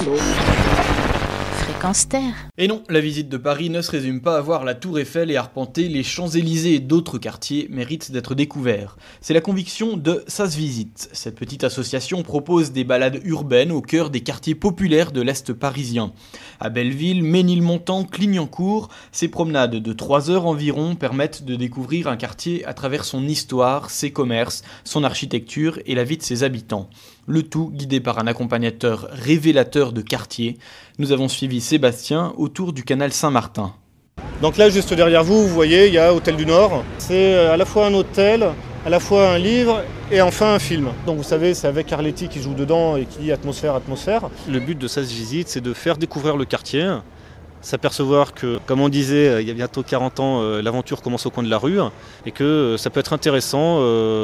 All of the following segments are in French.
Fréquence Terre. Et non, la visite de Paris ne se résume pas à voir la Tour Eiffel et arpenter les Champs-Élysées et d'autres quartiers méritent d'être découverts. C'est la conviction de Ça se visite. Cette petite association propose des balades urbaines au cœur des quartiers populaires de l'Est parisien. À Belleville, Ménilmontant, Clignancourt, ces promenades de 3 heures environ permettent de découvrir un quartier à travers son histoire, ses commerces, son architecture et la vie de ses habitants. Le tout guidé par un accompagnateur révélateur de quartier. Nous avons suivi Sébastien autour du canal Saint-Martin. Donc là, juste derrière vous, vous voyez, il y a Hôtel du Nord. C'est à la fois un hôtel, à la fois un livre et enfin un film. Donc vous savez, c'est avec Arletty qui joue dedans et qui dit atmosphère. Le but de Ça se visite, c'est de faire découvrir le quartier, s'apercevoir que, comme on disait il y a bientôt 40 ans, l'aventure commence au coin de la rue et que ça peut être intéressant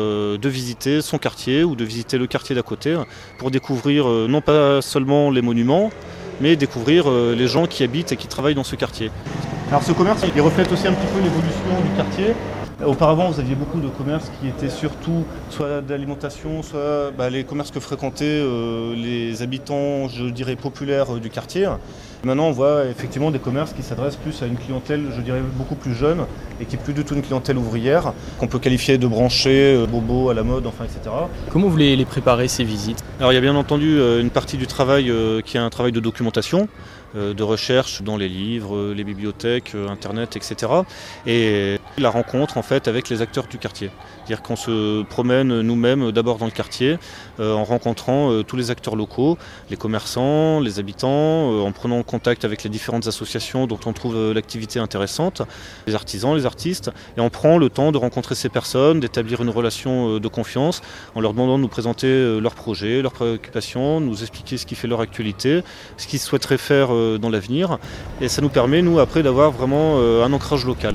de visiter son quartier ou de visiter le quartier d'à côté pour découvrir non pas seulement les monuments, mais découvrir les gens qui habitent et qui travaillent dans ce quartier. Alors ce commerce, il reflète aussi un petit peu l'évolution du quartier. Auparavant, vous aviez beaucoup de commerces qui étaient surtout soit d'alimentation, soit les commerces que fréquentaient les habitants, je dirais, populaires du quartier. Maintenant, on voit effectivement des commerces qui s'adressent plus à une clientèle, je dirais, beaucoup plus jeune et qui n'est plus du tout une clientèle ouvrière, qu'on peut qualifier de branchée, bobo, à la mode, enfin, etc. Comment vous les préparez ces visites ? Alors il y a bien entendu une partie du travail qui est un travail de documentation, de recherche dans les livres, les bibliothèques, internet, etc. Et la rencontre en fait avec les acteurs du quartier. C'est-à-dire qu'on se promène nous-mêmes d'abord dans le quartier en rencontrant tous les acteurs locaux, les commerçants, les habitants, en prenant contact avec les différentes associations dont on trouve l'activité intéressante, les artisans, les artistes, et on prend le temps de rencontrer ces personnes, d'établir une relation de confiance en leur demandant de nous présenter leurs projets, leurs préoccupations, nous expliquer ce qui fait leur actualité, ce qu'ils souhaiteraient faire dans l'avenir, et ça nous permet, nous, après, d'avoir vraiment un ancrage local.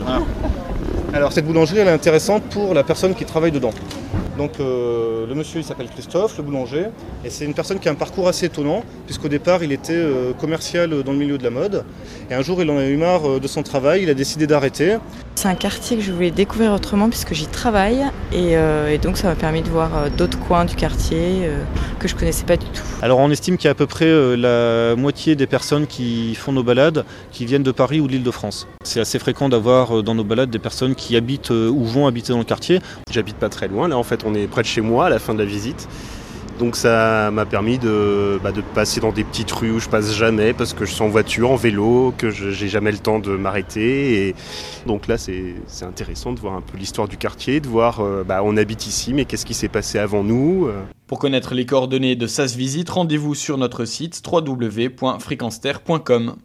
Alors cette boulangerie, elle est intéressante pour la personne qui travaille dedans. Donc le monsieur, il s'appelle Christophe, le boulanger, et c'est une personne qui a un parcours assez étonnant, puisqu'au départ, il était commercial dans le milieu de la mode, et un jour, il en a eu marre de son travail, il a décidé d'arrêter. C'est un quartier que je voulais découvrir autrement puisque j'y travaille, et donc ça m'a permis de voir d'autres coins du quartier que je ne connaissais pas du tout. Alors on estime qu'il y a à peu près la moitié des personnes qui font nos balades qui viennent de Paris ou de l'Île-de-France. C'est assez fréquent d'avoir dans nos balades des personnes qui habitent ou vont habiter dans le quartier. J'habite pas très loin, là en fait on est près de chez moi à la fin de la visite. Donc ça m'a permis de passer dans des petites rues où je passe jamais parce que je suis en voiture, en vélo, que j'ai jamais le temps de m'arrêter. Et donc là c'est intéressant de voir un peu l'histoire du quartier, de voir on habite ici mais qu'est-ce qui s'est passé avant nous. Pour connaître les coordonnées de Ça se visite, rendez-vous sur notre site www.fréquenceterre.com.